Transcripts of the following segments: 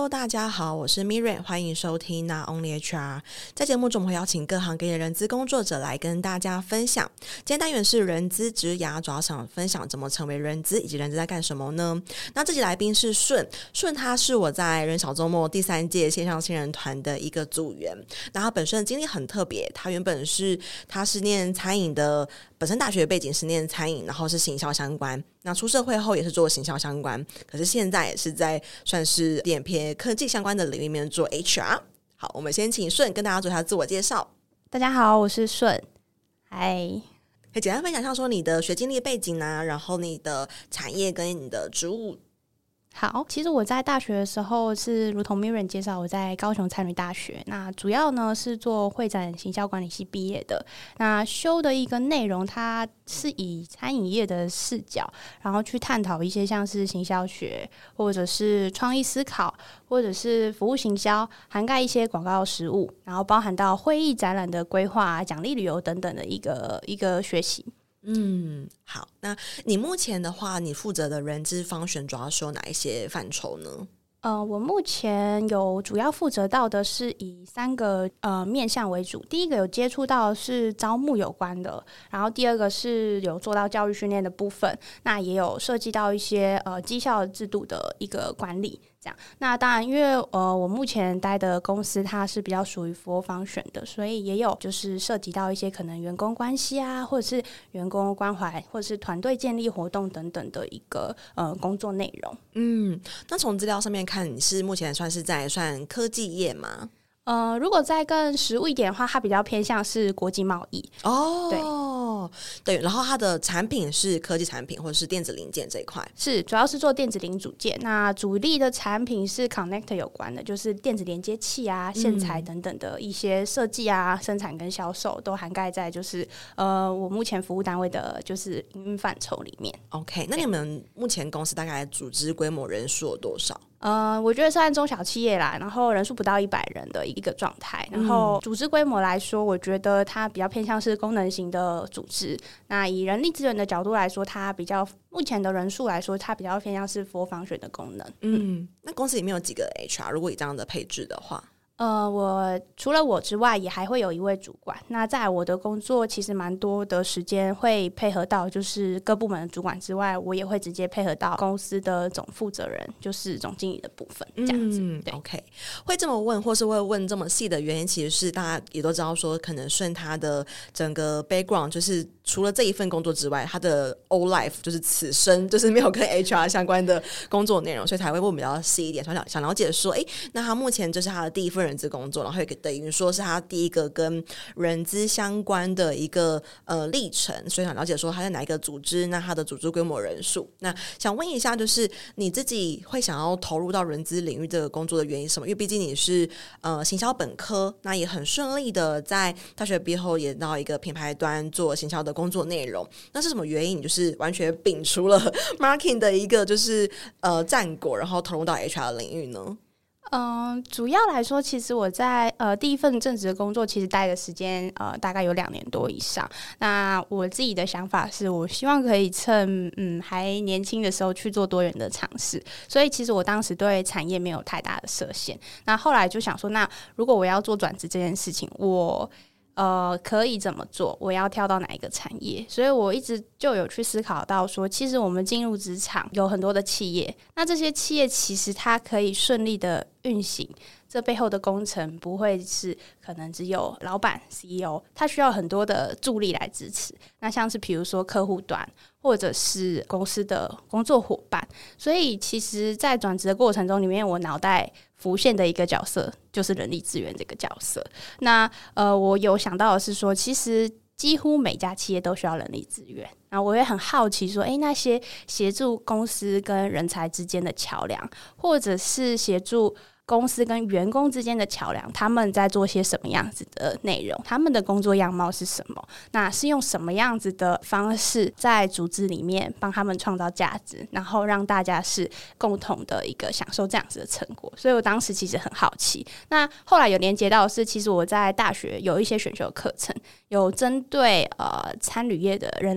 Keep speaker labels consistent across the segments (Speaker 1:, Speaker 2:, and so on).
Speaker 1: Hello， 大家好，我是 Miriam， 欢迎收听 Not Only HR。在节目中，我们会邀请各行各业的人资工作者来跟大家分享。今天单元是人资职涯，主要想分享怎么成为人资，以及人资在干什么呢？那这集来宾是顺，他是我在人小周末第3届线上新人团的一个组员。那他本身的经历很特别，他原本是念餐饮的，本身大学背景是念餐饮，然后是行销相关。那出社会后也是做行销相关，可是现在也是在算是点偏科技相关的领域里面做 HR。 好，我们先请顺跟大家做一下自我介绍。
Speaker 2: 大家好，我是顺。嗨，
Speaker 1: 可以简单分享一下说你的学经历背景啊，然后你的产业跟你的职务。
Speaker 2: 好，其实我在大学的时候是如同 Miriam 介绍，我在高雄餐旅大学，那主要呢是做会展行销管理系毕业的。那修的一个内容，它是以餐饮业的视角，然后去探讨一些像是行销学，或者是创意思考，或者是服务行销，涵盖一些广告实务，然后包含到会议展览的规划、奖励旅游等等的一个学习。
Speaker 1: 好，那你目前的话，你负责的人资方选主要是有哪一些范畴呢？
Speaker 2: 我目前有主要负责到的是以3个面向为主。第一个有接触到的是招募有关的，然后第二个是有做到教育训练的部分，那也有涉及到一些绩效制度的一个管理。这样，那当然因为我目前待的公司它是比较属于服务方选的，所以也有就是涉及到一些可能员工关系啊，或者是员工关怀，或者是团队建立活动等等的一个工作内容。
Speaker 1: 那从资料上面看，你是目前算科技业吗？
Speaker 2: 如果再更实务一点的话，它比较偏向是国际贸易。
Speaker 1: 对，然后它的产品是科技产品或者是电子零件这一块，
Speaker 2: 是主要是做电子零组件。那主力的产品是 Connector 有关的，就是电子连接器啊、线材等等的一些设计啊、生产跟销售都涵盖在就是我目前服务单位的就是营运范畴里面。
Speaker 1: OK， 那你们目前公司大概组织规模人数有多少？
Speaker 2: 我觉得算中小企业啦，然后人数不到100人的一个状态。然后组织规模来说，我觉得它比较偏向是功能型的组织。那以人力资源的角度来说，它比较目前的人数来说，它比较偏向是服务方选的功能。
Speaker 1: 那公司里面有几个 HR？ 如果以这样的配置的话？
Speaker 2: 我除了我之外，也还会有一位主管。那在我的工作其实蛮多的时间会配合到就是各部门的主管之外，我也会直接配合到公司的总负责人，就是总经理的部分这样子。对
Speaker 1: OK， 会这么问或是会问这么细的原因，其实是大家也都知道说，可能顺他的整个 background 就是除了这一份工作之外，他的 all life 就是此生就是没有跟 HR 相关的工作内容，所以才会问比较细一点，想了解说那他目前这是他的第一份人资工作，然后也等于说是他第一个跟人资相关的一个历程，所以想了解说他在哪一个组织，那他的组织规模人数。那想问一下，就是你自己会想要投入到人资领域这个工作的原因是什么？因为毕竟你是行销本科，那也很顺利的在大学毕业后也到一个品牌端做行销的工作内容，那是什么原因你就是完全摒除了 marketing 的一个就是战果，然后投入到 HR 的领域呢？
Speaker 2: 主要来说，其实我在第一份正职的工作，其实待的时间大概有2年多以上。那我自己的想法是，我希望可以趁还年轻的时候去做多元的尝试。所以其实我当时对产业没有太大的设限。那后来就想说，那如果我要做转职这件事情，我可以怎么做？我要跳到哪一个产业？所以我一直就有去思考到说，其实我们进入职场有很多的企业，那这些企业其实它可以顺利的运行，这背后的工程不会是可能只有老板 CEO， 他需要很多的助力来支持。那像是比如说客户端，或者是公司的工作伙伴。所以其实在转职的过程中里面，我脑袋浮现的一个角色就是人力资源这个角色。那我有想到的是说，其实几乎每家企业都需要人力资源。然后我也很好奇说，那些协助公司跟人才之间的桥梁，或者是协助公司跟员工之间的桥梁，他们在做些什么样子的内容，他们的工作样貌是什么，那是用什么样子的方式在组织里面帮他们创造价值，然后让大家是共同的一个享受这样子的成果。所以我当时其实很好奇。那后来有连接到的是，其实我在大学有一些选修课程有针对餐旅业的人力资源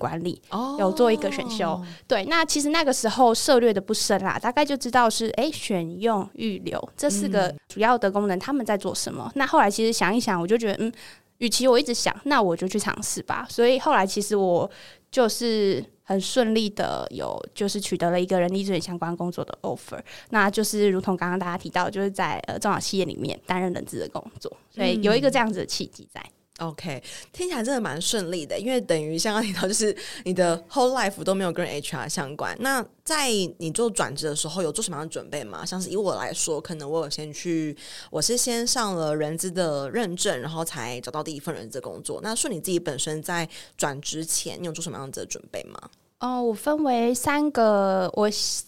Speaker 2: 管理，有做一个选修。对，那其实那个时候涉略的不深啦，大概就知道是选用预留这4个主要的功能他们在做什么。那后来其实想一想，我就觉得与其我一直想，那我就去尝试吧。所以后来其实我就是很顺利的就是取得了一个人力资源相关工作的 offer， 那就是如同刚刚大家提到，就是在中小企业里面担任人资的工作，所以有一个这样子的契机在。
Speaker 1: OK， 听起来真的蛮顺利的，因为等于像刚提到，就是你的 whole life 都没有跟 HR 相关。那在你做转职的时候，有做什么样的准备吗？像是以我来说，可能我是先上了人资的认证，然后才找到第一份人资的工作。那说你自己本身在转职前，你有做什么样子的准备吗？
Speaker 2: 我分为3个，我有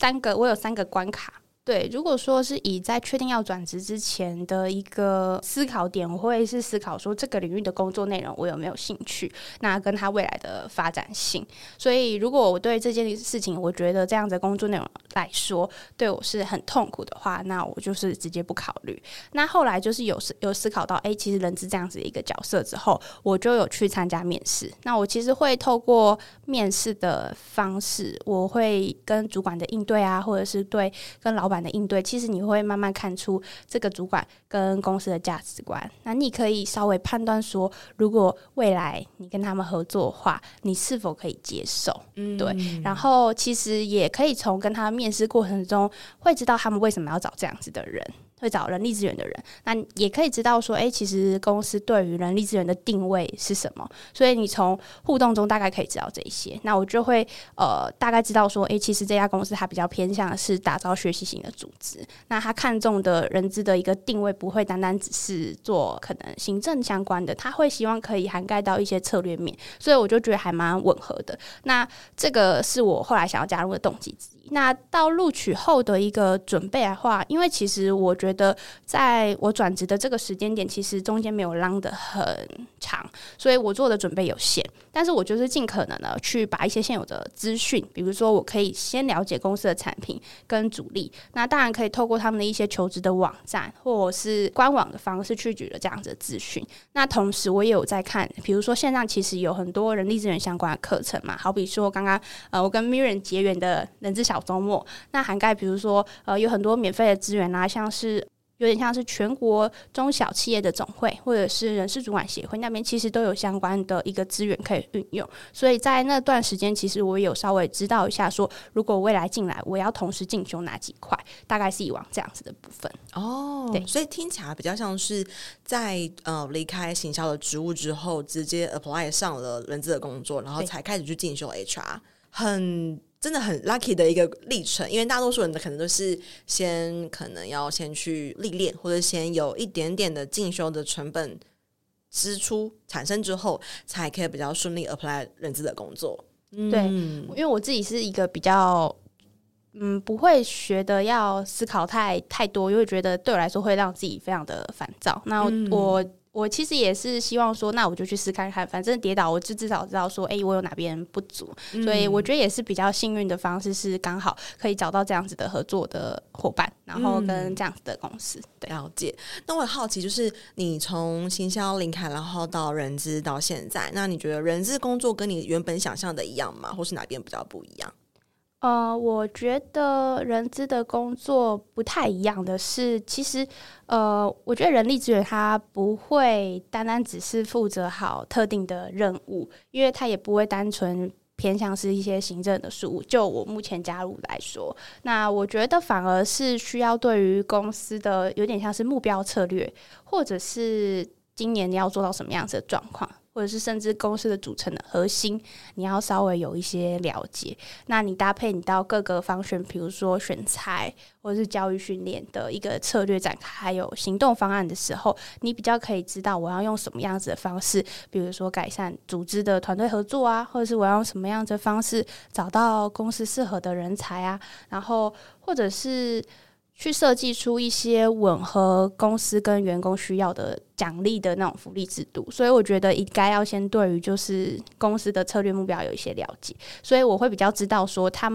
Speaker 2: 3个关卡。对，如果说是以在确定要转职之前的一个思考点，我会是思考说这个领域的工作内容我有没有兴趣，那跟它未来的发展性。所以如果我对这件事情我觉得这样的工作内容来说对我是很痛苦的话，那我就是直接不考虑。那后来就是有思考到其实人资这样子的一个角色之后，我就有去参加面试。那我其实会透过面试的方式，我会跟主管的应对啊，或者是跟老板的应对，其实你会慢慢看出这个主管跟公司的价值观。那你可以稍微判断说，如果未来你跟他们合作的话，你是否可以接受？对。然后其实也可以从跟他们面试过程中，会知道他们为什么要找这样子的人，会找人力资源的人。那也可以知道说，其实公司对于人力资源的定位是什么。所以你从互动中大概可以知道这些。那我就会大概知道说，其实这家公司它比较偏向的是打造学习型的组织。那他看重的人资的一个定位不会单单只是做可能行政相关的，他会希望可以涵盖到一些策略面。所以我就觉得还蛮吻合的。那这个是我后来想要加入的动机之一。那到录取后的一个准备的话，因为其实我觉得在我转职的这个时间点，其实中间没有浪得很长，所以我做的准备有限。但是我就是尽可能的去把一些现有的资讯，比如说我可以先了解公司的产品跟主力，那当然可以透过他们的一些求职的网站或者是官网的方式去取得这样子的资讯。那同时我也有在看，比如说线上其实有很多人力资源相关的课程嘛，好比说刚刚我跟 Miriam 结缘的人资小周末，那涵盖比如说有很多免费的资源啦，像是有点像是全国中小企业的总会或者是人事主管协会那边其实都有相关的一个资源可以运用。所以在那段时间其实我有稍微知道一下说，如果未来进来我要同时进修哪几块，大概是以往这样子的部分。
Speaker 1: 对，所以听起来比较像是在离开行销的职务之后直接 apply 上了人资的工作，然后才开始去进修 HR， 真的很 lucky 的一个历程。因为大多数人的可能都是可能要先去历练，或者先有一点点的进修的成本支出产生之后，才可以比较顺利 apply 人资的工作。
Speaker 2: 对，因为我自己是一个比较不会学的要思考太多，因为觉得对我来说会让自己非常的烦躁。那我其实也是希望说，那我就去试看看，反正跌倒我就至少知道说我有哪边不足。所以我觉得也是比较幸运的方式，是刚好可以找到这样子的合作的伙伴，然后跟这样子的公司。对，
Speaker 1: 了解。那我很好奇，就是你从行销林凯然后到人资到现在，那你觉得人资工作跟你原本想象的一样吗？或是哪边比较不一样？
Speaker 2: 我觉得人资的工作不太一样的是，其实我觉得人力资源它不会单单只是负责好特定的任务，因为它也不会单纯偏向是一些行政的事务。就我目前加入来说，那我觉得反而是需要对于公司的有点像是目标策略，或者是今年你要做到什么样子的状况，或者是甚至公司的组成的核心，你要稍微有一些了解。那你搭配你到各个方选，比如说选材或者是教育训练的一个策略展开，还有行动方案的时候，你比较可以知道我要用什么样子的方式，比如说改善组织的团队合作啊，或者是我要用什么样子的方式找到公司适合的人才啊，然后或者是去设计出一些吻合公司跟员工需要的奖励的那种福利制度。所以我觉得应该要先对于就是公司的策略目标有一些了解，所以我会比较知道说他们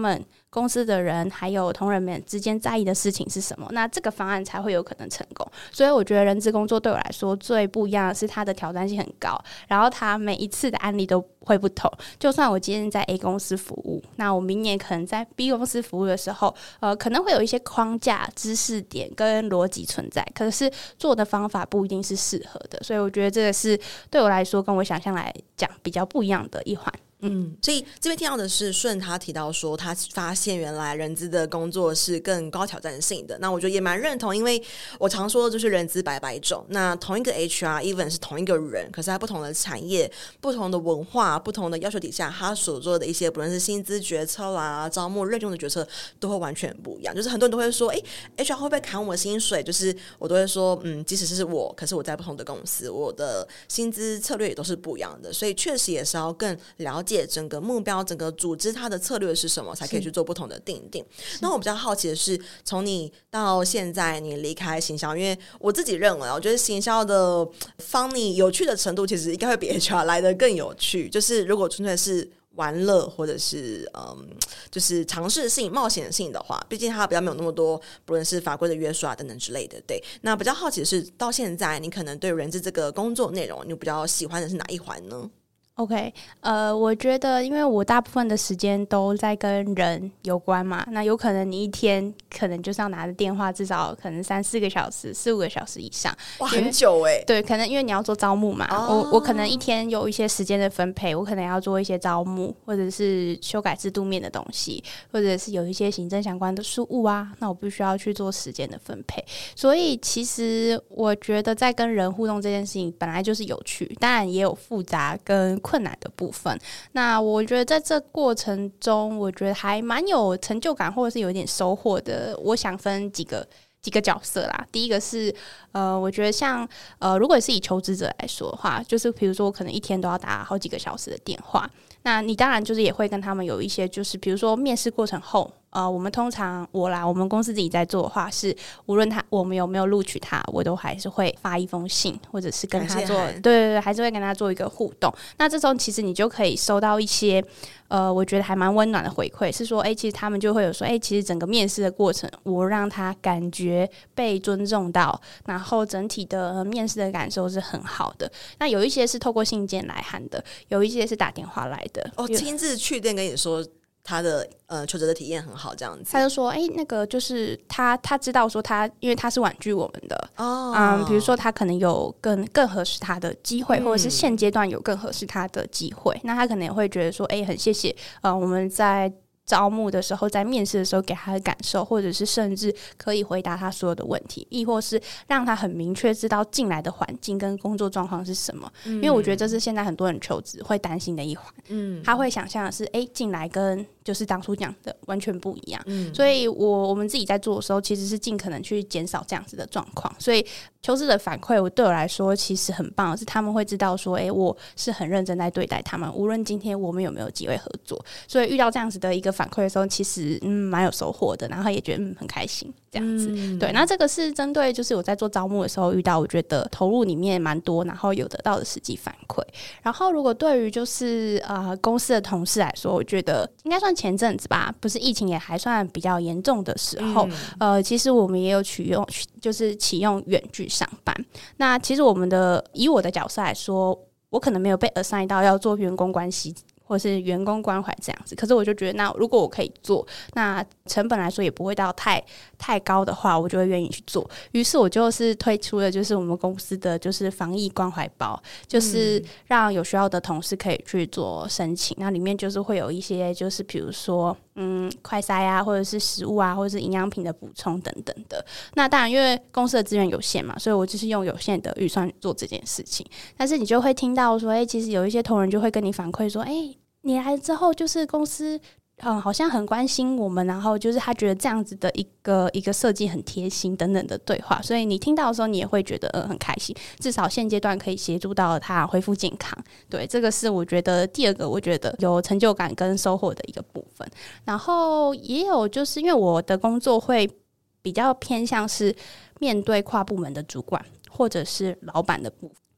Speaker 2: 公司的人还有同仁们之间在意的事情是什么，那这个方案才会有可能成功。所以我觉得人资工作对我来说最不一样的是它的挑战性很高，然后它每一次的案例都会不同。就算我今天在 A 公司服务，那我明年可能在 B 公司服务的时候可能会有一些框架、知识点跟逻辑存在，可是做的方法不一定是适合的。所以我觉得这个是对我来说跟我想象来讲比较不一样的一环。
Speaker 1: 所以这边听到的是顺他提到说他发现原来人资的工作是更高挑战性的，那我觉得也蛮认同，因为我常说就是人资百百种，那同一个 HR even 是同一个人，可是在不同的产业、不同的文化、不同的要求底下，他所做的一些不论是薪资决策啦、招募任用的决策都会完全不一样。就是很多人都会说HR 会不会砍我薪水，就是我都会说即使是我，可是我在不同的公司，我的薪资策略也都是不一样的，所以确实也是要更了解整个目标、整个组织它的策略是什么，才可以去做不同的定定。那我比较好奇的是，从你到现在你离开行销，因为我自己认为我觉得行销的funny有趣的程度其实应该会比 HR 来的更有趣，就是如果纯粹是玩乐或者是就是尝试性、冒险性的话，毕竟它比较没有那么多不论是法规的约束啊等等之类的。对，那比较好奇的是，到现在你可能对人资这个工作内容，你比较喜欢的是哪一环呢
Speaker 2: ？OK，我觉得因为我大部分的时间都在跟人有关嘛，那有可能你一天可能就是要拿着电话至少可能3-4个小时、4-5个小时以上，
Speaker 1: 哇，很久欸。
Speaker 2: 对，可能因为你要做招募嘛，我可能一天有一些时间的分配，我可能要做一些招募，或者是修改制度面的东西，或者是有一些行政相关的事务啊，那我必须要去做时间的分配。所以其实我觉得在跟人互动这件事情本来就是有趣，当然也有复杂跟困难的部分。那我觉得在这过程中，我觉得还蛮有成就感，或者是有点收获的。我想分几个角色啦。第一个是我觉得像如果是以求职者来说的话，就是比如说我可能一天都要打好几个小时的电话，那你当然就是也会跟他们有一些就是比如说面试过程后我们通常我们公司自己在做的话是无论我们有没有录取他，我都还是会发一封信，或者是跟他做对，还是会跟他做一个互动。那这种其实你就可以收到一些我觉得还蛮温暖的回馈，是说其实他们就会有说其实整个面试的过程我让他感觉被尊重到，然后整体的面试的感受是很好的。那有一些是透过信件来函的，有一些是打电话来的
Speaker 1: 亲自去店跟你说他的求职的体验很好，这样子。
Speaker 2: 他就说那个就是他知道说因为他是婉拒我们的比如说他可能有更合适他的机会，或者是现阶段有更合适他的机会，那他可能也会觉得说很谢谢我们在招募的时候，在面试的时候给他的感受，或者是甚至可以回答他所有的问题，亦或是让他很明确知道进来的环境跟工作状况是什么。因为我觉得这是现在很多人求职会担心的一环。他会想象的是进来跟就是当初讲的完全不一样。所以我们自己在做的时候，其实是尽可能去减少这样子的状况。所以求职的反馈对我来说其实很棒，是他们会知道说我是很认真在对待他们，无论今天我们有没有机会合作。所以遇到这样子的一个反馈的时候，其实蛮有收获的，然后也觉得很开心这样子。对，那这个是针对就是我在做招募的时候遇到我觉得投入里面蛮多，然后有得到的实际反馈。然后如果对于就是公司的同事来说，我觉得应该算前阵子吧，不是疫情也还算比较严重的时候其实我们也有就是启用远距上班。那其实以我的角色来说，我可能没有被 assign 到要做员工关系或是员工关怀这样子，可是我就觉得那如果我可以做，那成本来说也不会到太高的话，我就会愿意去做。于是我就是推出了就是我们公司的就是防疫关怀包，就是让有需要的同事可以去做申请。那里面就是会有一些就是比如说快筛啊，或者是食物啊，或者是营养品的补充等等的。那当然因为公司的资源有限嘛，所以我就是用有限的预算做这件事情。但是你就会听到说其实有一些同仁就会跟你反馈说你来之后就是公司好像很关心我们，然后就是他觉得这样子的一个设计很贴心等等的对话，所以你听到的时候你也会觉得很开心，至少现阶段可以协助到他恢复健康。对，这个是我觉得第二个我觉得有成就感跟收获的一个部分。然后也有就是因为我的工作会比较偏向是面对跨部门的主管或者是老板的部分，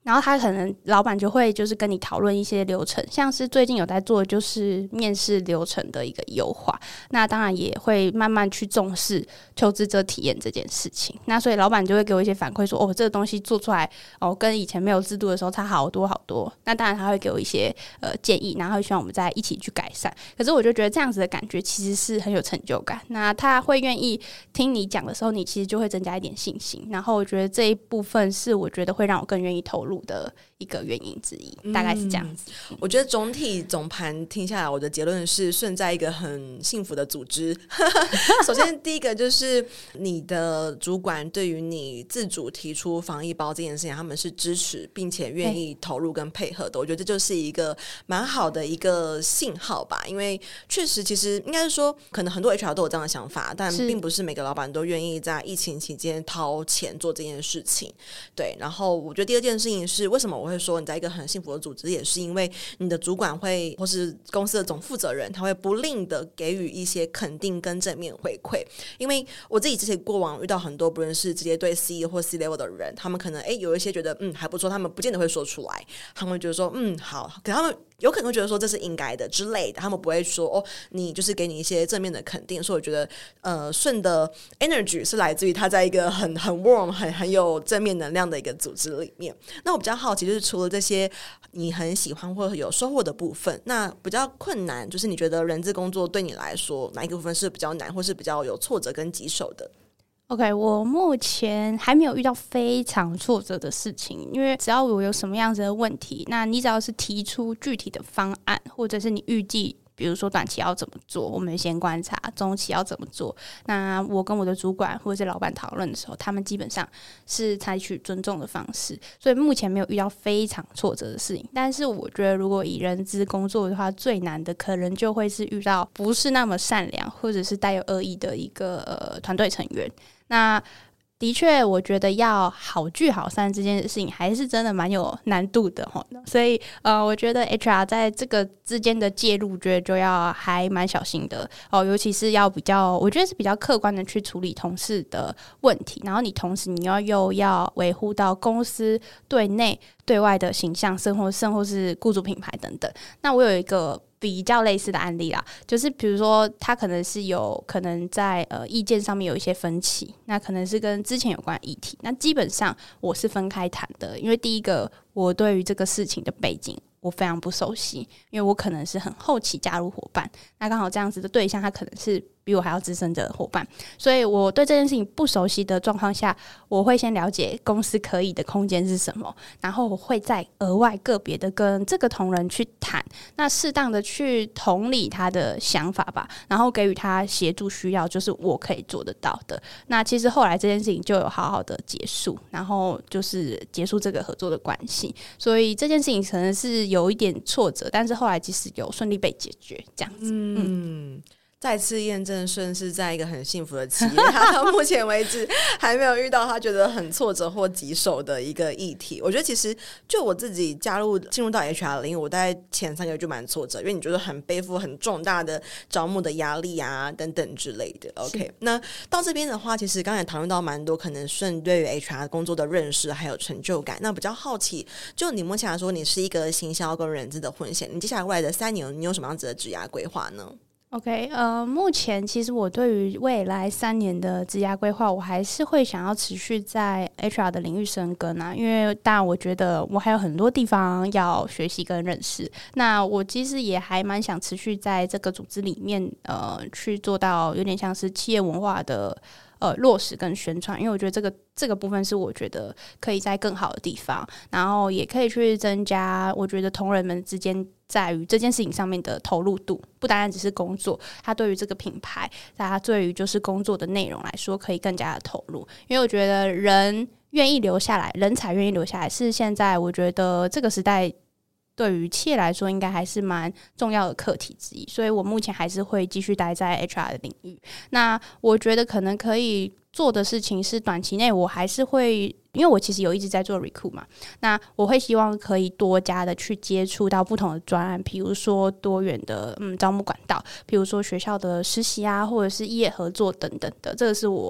Speaker 2: 然后他可能老板就会就是跟你讨论一些流程，像是最近有在做的就是面试流程的一个优化，那当然也会慢慢去重视求职者体验这件事情。那所以老板就会给我一些反馈说，哦，这个东西做出来跟以前没有制度的时候差好多好多。那当然他会给我一些建议，然后希望我们再一起去改善。可是我就觉得这样子的感觉其实是很有成就感。那他会愿意听你讲的时候，你其实就会增加一点信心。然后我觉得这一部分是我觉得会让我更愿意投入的一个原因之一，大概是这样子。
Speaker 1: 我觉得总盘听下来，我的结论是顺在一个很幸福的组织。首先第一个就是你的主管对于你自主提出防疫包这件事情，他们是支持并且愿意投入跟配合的。我觉得这就是一个蛮好的一个信号吧，因为确实其实应该是说可能很多 HR 都有这样的想法，但并不是每个老板都愿意在疫情期间掏钱做这件事情。对，然后我觉得第二件事情是为什么我会说你在一个很幸福的组织，也是因为你的主管会或是公司的总负责人，他会不吝的给予一些肯定跟正面回馈。因为我自己之前过往遇到很多不论是直接对 C 或 C level 的人，他们可能有一些觉得还不错，他们不见得会说出来，他们会觉得说好，可他们有可能会觉得说这是应该的之类的，他们不会说你就是给你一些正面的肯定。所以我觉得顺的 energy 是来自于他在一个很 warm 很有正面能量的一个组织里面。那我比较好奇就是除了这些你很喜欢或有收获的部分，那比较困难就是你觉得人资工作对你来说哪一个部分是比较难或是比较有挫折跟棘手的
Speaker 2: ？OK， 我目前还没有遇到非常挫折的事情，因为只要我有什么样子的问题，那你只要是提出具体的方案，或者是你预计比如说短期要怎么做，我们先观察中期要怎么做。那我跟我的主管或者是老板讨论的时候，他们基本上是采取尊重的方式，所以目前没有遇到非常挫折的事情。但是我觉得如果以人资工作的话，最难的可能就会是遇到不是那么善良或者是带有恶意的一个团队成员。那的确我觉得要好聚好散这件事情还是真的蛮有难度的，所以我觉得 HR 在这个之间的介入觉得就要还蛮小心的尤其是要比较，我觉得是比较客观的去处理同事的问题，然后你同时你又要维护到公司对内对外的形象，甚或是雇主品牌等等。那我有一个比较类似的案例啦，就是比如说他可能是有可能在意见上面有一些分歧，那可能是跟之前有关的议题，那基本上我是分开谈的。因为第一个我对于这个事情的背景我非常不熟悉，因为我可能是很后期加入伙伴，那刚好这样子的对象他可能是比我还要资深的伙伴，所以我对这件事情不熟悉的状况下，我会先了解公司可以的空间是什么，然后我会再额外个别的跟这个同仁去谈，那适当的去同理他的想法吧，然后给予他协助需要，就是我可以做得到的。那其实后来这件事情就有好好的结束，然后就是结束这个合作的关系，所以这件事情可能是有一点挫折，但是后来其实有顺利被解决这样子。
Speaker 1: 再次验证顺是在一个很幸福的企业，他到目前为止还没有遇到他觉得很挫折或棘手的一个议题。我觉得其实就我自己进入到 HR 领域，我大概前3个月就蛮挫折，因为你觉得很背负很重大的招募的压力啊等等之类的。OK， 那到这边的话，其实刚才讨论到蛮多可能顺对于 HR 工作的认识还有成就感。那比较好奇，就你目前来说，你是一个行销跟人资的混血，你接下来未来的3年，你有什么样子的职涯规划呢
Speaker 2: ？OK， 目前其实我对于未来3年的职涯规划，我还是会想要持续在 HR 的领域深耕啊，因为当然我觉得我还有很多地方要学习跟认识。那我其实也还蛮想持续在这个组织里面，去做到有点像是企业文化的落实跟宣传，因为我觉得这个部分是我觉得可以在更好的地方，然后也可以去增加我觉得同仁们之间在于这件事情上面的投入度，不单单只是工作，他对于这个品牌，他对于就是工作的内容来说可以更加的投入。因为我觉得人愿意留下来，人才愿意留下来，是现在我觉得这个时代对于企业来说应该还是蛮重要的课题之一，所以我目前还是会继续待在 HR 的领域。那我觉得可能可以做的事情是短期内我还是会，因为我其实有一直在做 recruit 嘛，那我会希望可以多加的去接触到不同的专案，比如说多元的招募管道，比如说学校的实习啊，或者是业合作等等的，这个是我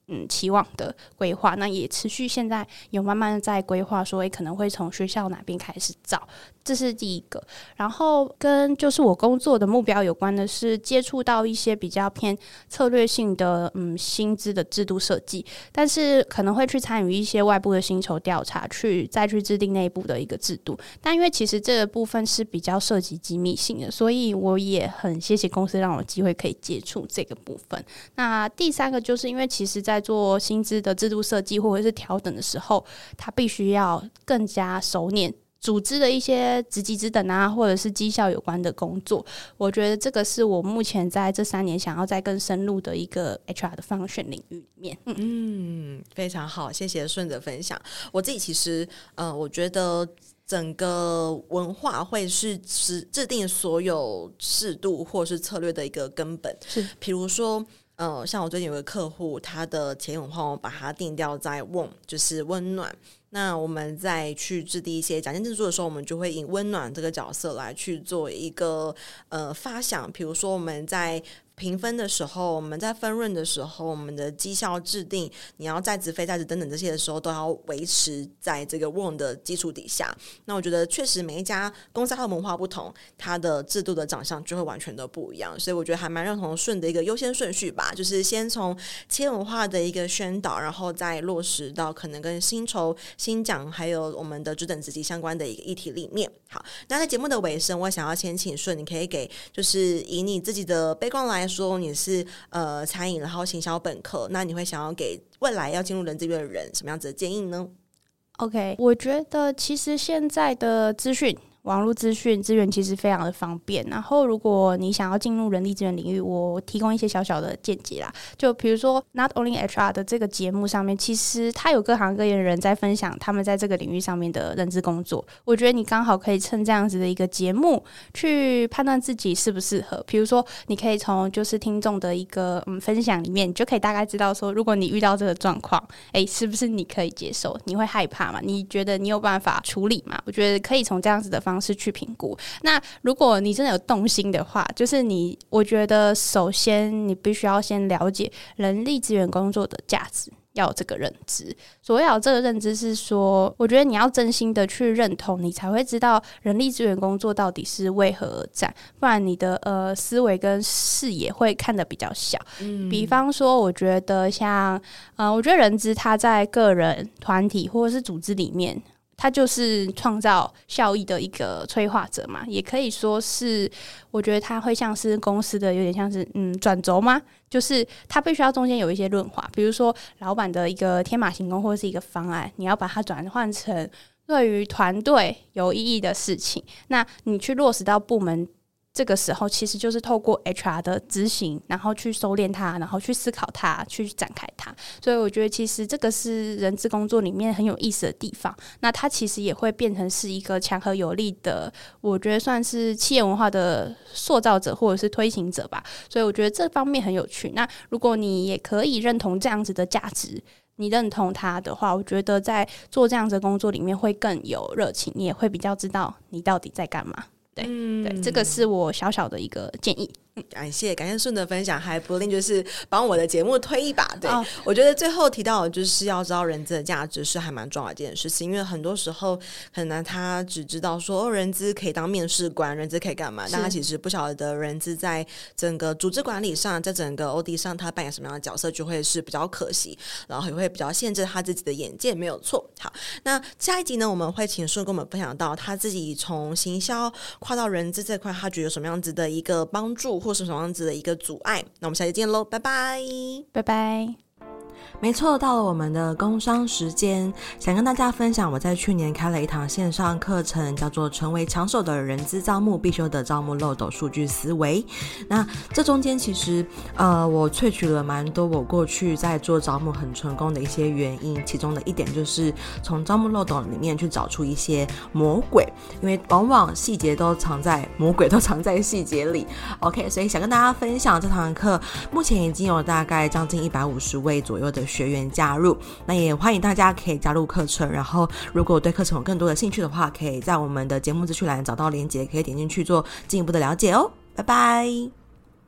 Speaker 2: 期望的规划，那也持续现在有慢慢的在规划说可能会从学校哪边开始找，这是第一个。然后跟就是我工作的目标有关的是接触到一些比较偏策略性的薪资的制度设计，但是可能会去参与一些外部的薪酬调查，再去制定内部的一个制度。但因为其实这个部分是比较涉及机密性的，所以我也很谢谢公司让我有机会可以接触这个部分。那第三个就是因为其实在做薪资的制度设计或者是调整的时候，它必须要更加熟练组织的一些职级职等啊，或者是绩效有关的工作。我觉得这个是我目前在这3年想要再更深入的一个 HR 的function领域里面。
Speaker 1: 非常好，谢谢顺的分享。我自己其实我觉得整个文化会是制定所有制度或是策略的一个根本。
Speaker 2: 是，
Speaker 1: 比如说像我最近有个客户，他的企业文化我把它定调在 warm， 就是温暖。那我们在去制定一些奖金制度的时候，我们就会以温暖这个角色来去做一个发想。比如说我们在评分的时候，我们在分润的时候，我们的绩效制定，你要在职非在职等等这些的时候，都要维持在这个 WON 的基础底下。那我觉得确实每一家公司它的文化不同，它的制度的长相就会完全的不一样，所以我觉得还蛮认同顺的一个优先顺序吧，就是先从企业文化的一个宣导，然后再落实到可能跟薪酬、薪奖还有我们的职等职级相关的一个议题里面。好，那在节目的尾声，我想要先请顺，你可以给就是以你自己的background来说，你是餐饮然后行销本科，那你会想要给未来要进入人资业的人什么样子的建议呢？
Speaker 2: OK， 我觉得其实现在的网络资讯资源其实非常的方便，然后如果你想要进入人力资源领域，我提供一些小小的见解啦。就比如说 Not Only HR 的这个节目上面，其实它有各行各业的人在分享他们在这个领域上面的认知工作，我觉得你刚好可以趁这样子的一个节目去判断自己适不适合。比如说你可以从就是听众的一个分享里面，你就可以大概知道说，如果你遇到这个状况，是不是你可以接受，你会害怕吗？你觉得你有办法处理吗？我觉得可以从这样子的方式去评估。那如果你真的有动心的话，就是我觉得首先你必须要先了解人力资源工作的价值，要有这个认知。所谓有这个认知是说，我觉得你要真心的去认同，你才会知道人力资源工作到底是为何而战，不然你的思维跟视野会看得比较小。比方说我觉得像我觉得人资它在个人团体或者是组织里面，它就是创造效益的一个催化者嘛，也可以说是我觉得它会像是公司的有点像是转轴吗？就是它必须要中间有一些润滑，比如说老板的一个天马行空或是一个方案，你要把它转换成对于团队有意义的事情，那你去落实到部门，这个时候其实就是透过 HR 的执行，然后去收敛它，然后去思考它，去展开它。所以我觉得其实这个是人资工作里面很有意思的地方。那它其实也会变成是一个强而有力的，我觉得算是企业文化的塑造者或者是推行者吧。所以我觉得这方面很有趣。那如果你也可以认同这样子的价值，你认同它的话，我觉得在做这样子的工作里面会更有热情，你也会比较知道你到底在干嘛。对，这个是我小小的一个建议。
Speaker 1: 感谢顺的分享，还不吝就是帮我的节目推一把。对，我觉得最后提到的就是要知道人资的价值是还蛮重要的一件事情，因为很多时候可能他只知道说人资可以当面试官，人资可以干嘛，但他其实不晓得人资在整个组织管理上，在整个 OD 上他扮演什么样的角色，就会是比较可惜，然后也会比较限制他自己的眼界，没有错。好，那下一集呢，我们会请顺跟我们分享到他自己从行销跨到人资这块，他觉得有什么样子的一个帮助或是什么样子的一个阻碍。那我们下期见咯，拜拜
Speaker 2: 拜拜。
Speaker 1: 没错，到了我们的工商时间，想跟大家分享我在去年开了一堂线上课程，叫做成为抢手的人资招募必修的招募漏斗数据思维。那这中间其实我萃取了蛮多我过去在做招募很成功的一些原因，其中的一点就是从招募漏斗里面去找出一些魔鬼，因为往往细节都藏在魔鬼都藏在细节里。 OK， 所以想跟大家分享这堂课目前已经有大概将近150位左右的学员加入，那也欢迎大家可以加入课程，然后如果对课程有更多的兴趣的话，可以在我们的节目资讯栏找到连结，可以点进去做进一步的了解哦。拜拜。